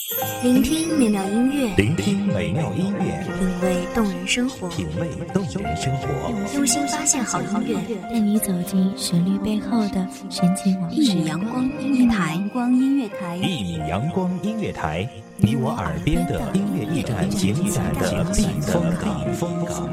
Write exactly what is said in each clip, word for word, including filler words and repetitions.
聆听美妙音乐， 聆听美妙音乐， 品味动人生活， 品味动人生活， 用心发现好音乐， 带你走进旋律背后的深情往事。 一米阳光音乐台，阳光音乐台， 一米阳光音乐台，你我耳边的音乐驿站，情感的避风港。风港。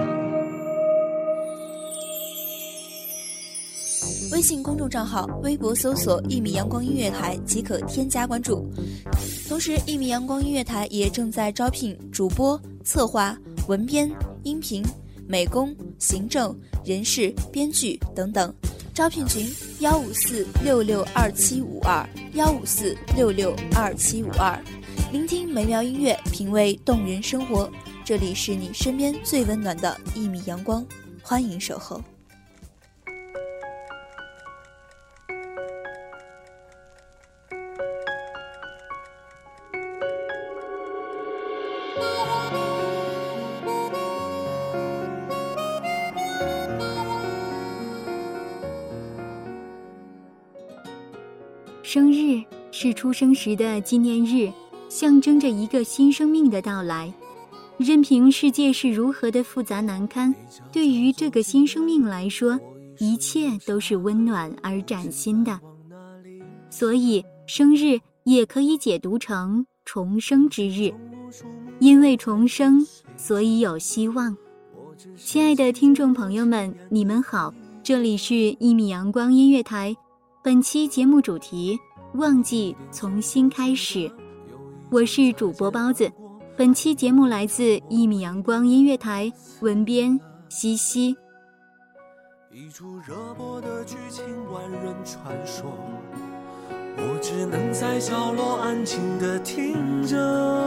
微信公众账号、微博搜索“一米阳光音乐台”即可添加关注。同时，一米阳光音乐台也正在招聘主播、策划、文编、音频、美工、行政、人事、编剧等等。招聘群：幺五四六六二七五二幺五四六六二七五二。聆听美妙音乐，品味动人生活。这里是你身边最温暖的一米阳光，欢迎守候。 生日是出生时的纪念日，象征着一个新生命的到来。任凭世界是如何的复杂难堪，对于这个新生命来说，一切都是温暖而崭新的。所以生日也可以解读成重生之日，因为重生，所以有希望。亲爱的听众朋友们，你们好，这里是一米阳光音乐台，本期节目主题忘记从新开始，我是主播包子。本期节目来自一米阳光音乐台，文编西西。 一出热播的剧情，万人传说，我只能在角落安静地听着。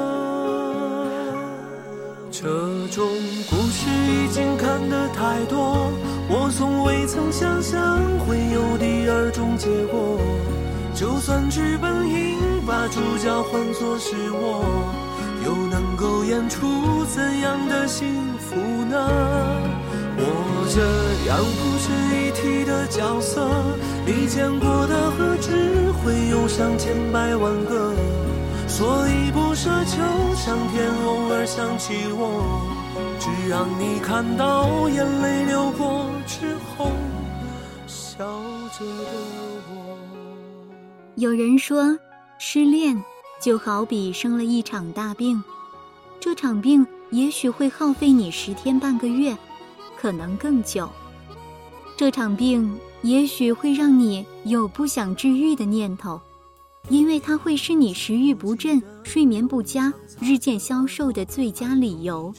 这种故事已经看得太多，我从未曾想象会有第二种结果。就算剧本应把主角换作是我，又能够演出怎样的幸福呢？我这样不值一提的角色，你见过的何止会有上千百万个，所以不奢求上天偶尔想起我，只让你看到眼泪流过之后笑着的我。 有人说，失恋就好比生了一场大病，这场病也许会耗费你十天半个月，可能更久。这场病也许会让你有不想治愈的念头，因为它会是你食欲不振、睡眠不佳、日渐消瘦的最佳理由。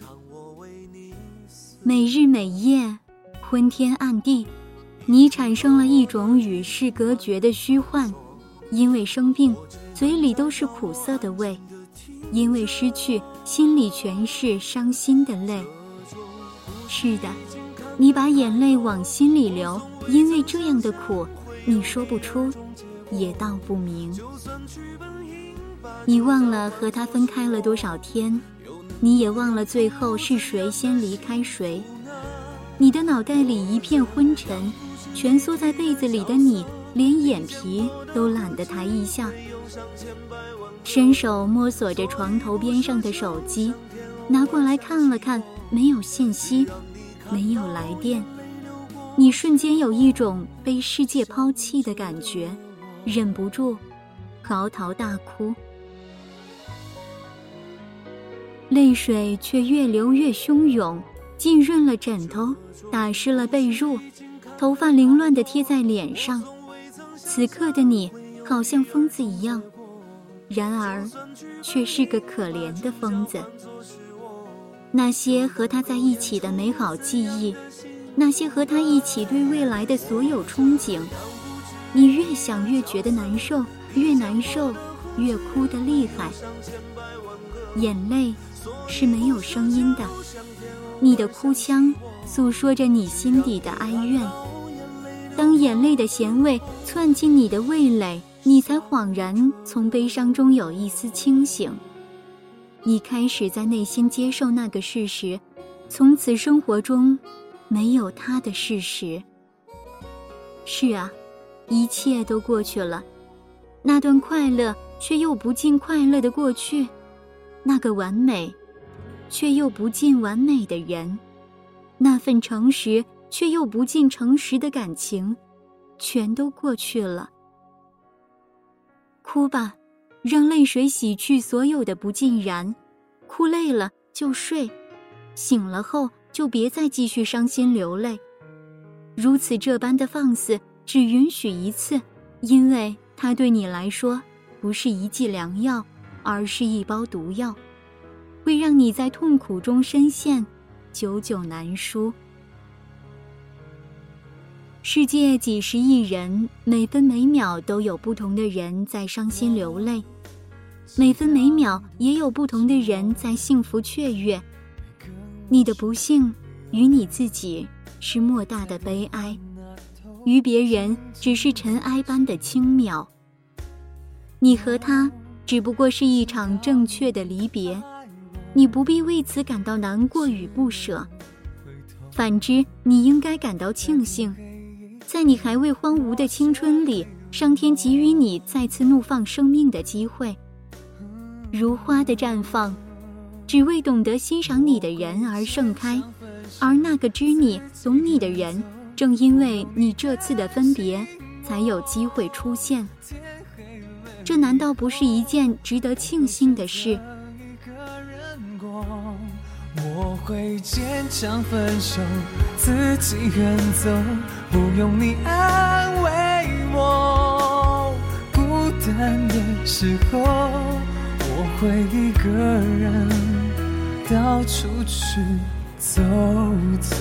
每日每夜，昏天暗地，你产生了一种与世隔绝的虚幻。因为生病，嘴里都是苦涩的味；因为失去，心里全是伤心的泪。是的，你把眼泪往心里流，因为这样的苦，你说不出，也道不明。你忘了和他分开了多少天，你也忘了最后是谁先离开谁。你的脑袋里一片昏沉，蜷缩在被子里的你，连眼皮都懒得抬一下，伸手摸索着床头边上的手机，拿过来看了看，没有信息，没有来电。你瞬间有一种被世界抛弃的感觉，忍不住嚎啕大哭，泪水却越流越汹涌，浸润了枕头，打湿了被褥，头发凌乱地贴在脸上。此刻的你好像疯子一样，然而却是个可怜的疯子。那些和他在一起的美好记忆，那些和他一起对未来的所有憧憬，你越想越觉得难受，越难受越哭得厉害。眼泪是没有声音的，你的哭腔诉说着你心底的哀怨。当眼泪的咸味窜进你的味蕾，你才恍然从悲伤中有一丝清醒。你开始在内心接受那个事实，从此生活中没有他的事实。是啊，一切都过去了，那段快乐却又不尽快乐的过去，那个完美却又不尽完美的人，那份诚实却又不尽诚实的感情，全都过去了。哭吧，让泪水洗去所有的不尽然，哭累了就睡，醒了后就别再继续伤心流泪。如此这般的放肆只允许一次，因为它对你来说不是一剂良药，而是一包毒药，会让你在痛苦中深陷，久久难抒。世界几十亿人，每分每秒都有不同的人在伤心流泪，每分每秒也有不同的人在幸福雀跃。你的不幸与你自己是莫大的悲哀，于别人只是尘埃般的轻渺。你和他只不过是一场正确的离别，你不必为此感到难过与不舍，反之你应该感到庆幸，在你还未荒芜的青春里，上天给予你再次怒放生命的机会，如花的绽放，只为懂得欣赏你的人而盛开，而那个知你懂你的人，正因为你这次的分别才有机会出现。这难道不是一件值得庆幸的事？ 我会坚强分手，自己远走，不用你安慰我。孤单的时候，我会一个人到处去走走。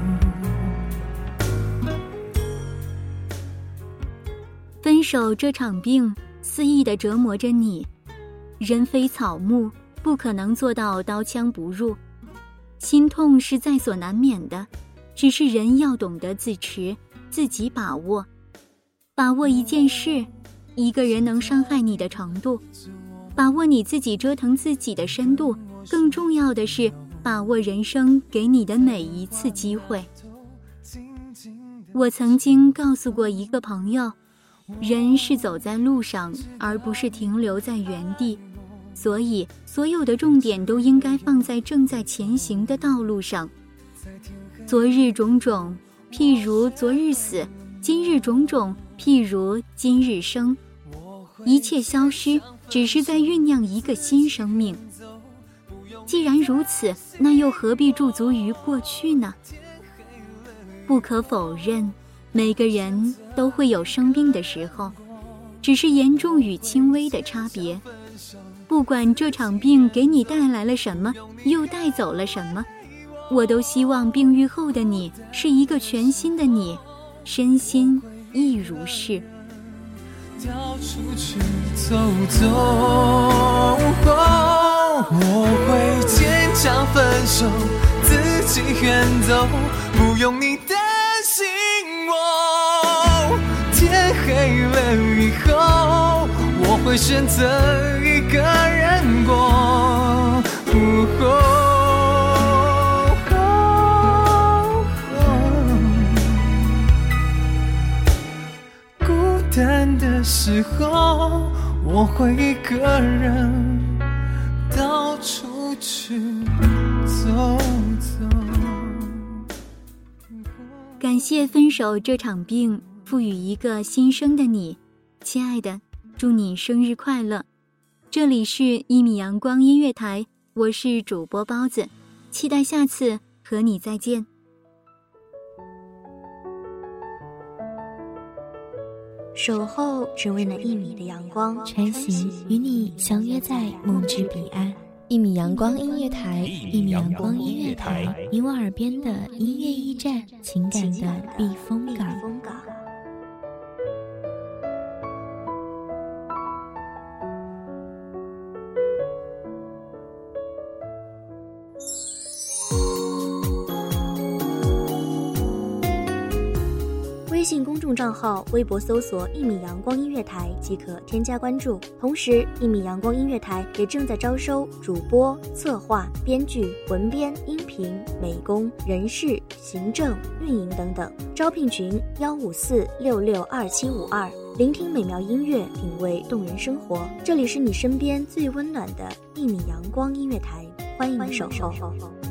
分手这场病肆意地折磨着你，人非草木，不可能做到刀枪不入，心痛是在所难免的，只是人要懂得自持，自己把握，把握一件事，一个人能伤害你的程度，把握你自己折腾自己的深度，更重要的是把握人生给你的每一次机会。我曾经告诉过一个朋友，人是走在路上，而不是停留在原地，所以所有的重点都应该放在正在前行的道路上。昨日种种，譬如昨日死；今日种种，譬如今日生。一切消失，只是在酝酿一个新生命。既然如此，那又何必驻足于过去呢？不可否认，每个人都会有生病的时候，只是严重与轻微的差别。不管这场病给你带来了什么，又带走了什么，我都希望病愈后的你是一个全新的你，身心亦如是。 到处去走走，我会坚强分手，自己远走，不用你担心我。天黑了以后，我会选择一个人过。哦孤单的时候，我会一个人到处去走走。 感谢分手这场病赋予一个新生的你，亲爱的，祝你生日快乐。这里是一米阳光音乐台，我是主播包子，期待下次和你再见。 守候只为那一米的阳光， 穿行与你相约在梦之彼岸。一米阳光音乐台，一米阳光音乐台，你我耳边的音乐驿站，情感的避风港。 微信公众账号、微博搜索“一米阳光音乐台”即可添加关注。同时，一米阳光音乐台也正在招收主播、策划、编剧、文编、音频、美工、人事、行政、运营等等。招聘群：幺五四六六二七五二聆听美妙音乐，品味动人生活。这里是你身边最温暖的一米阳光音乐台，欢迎你守候。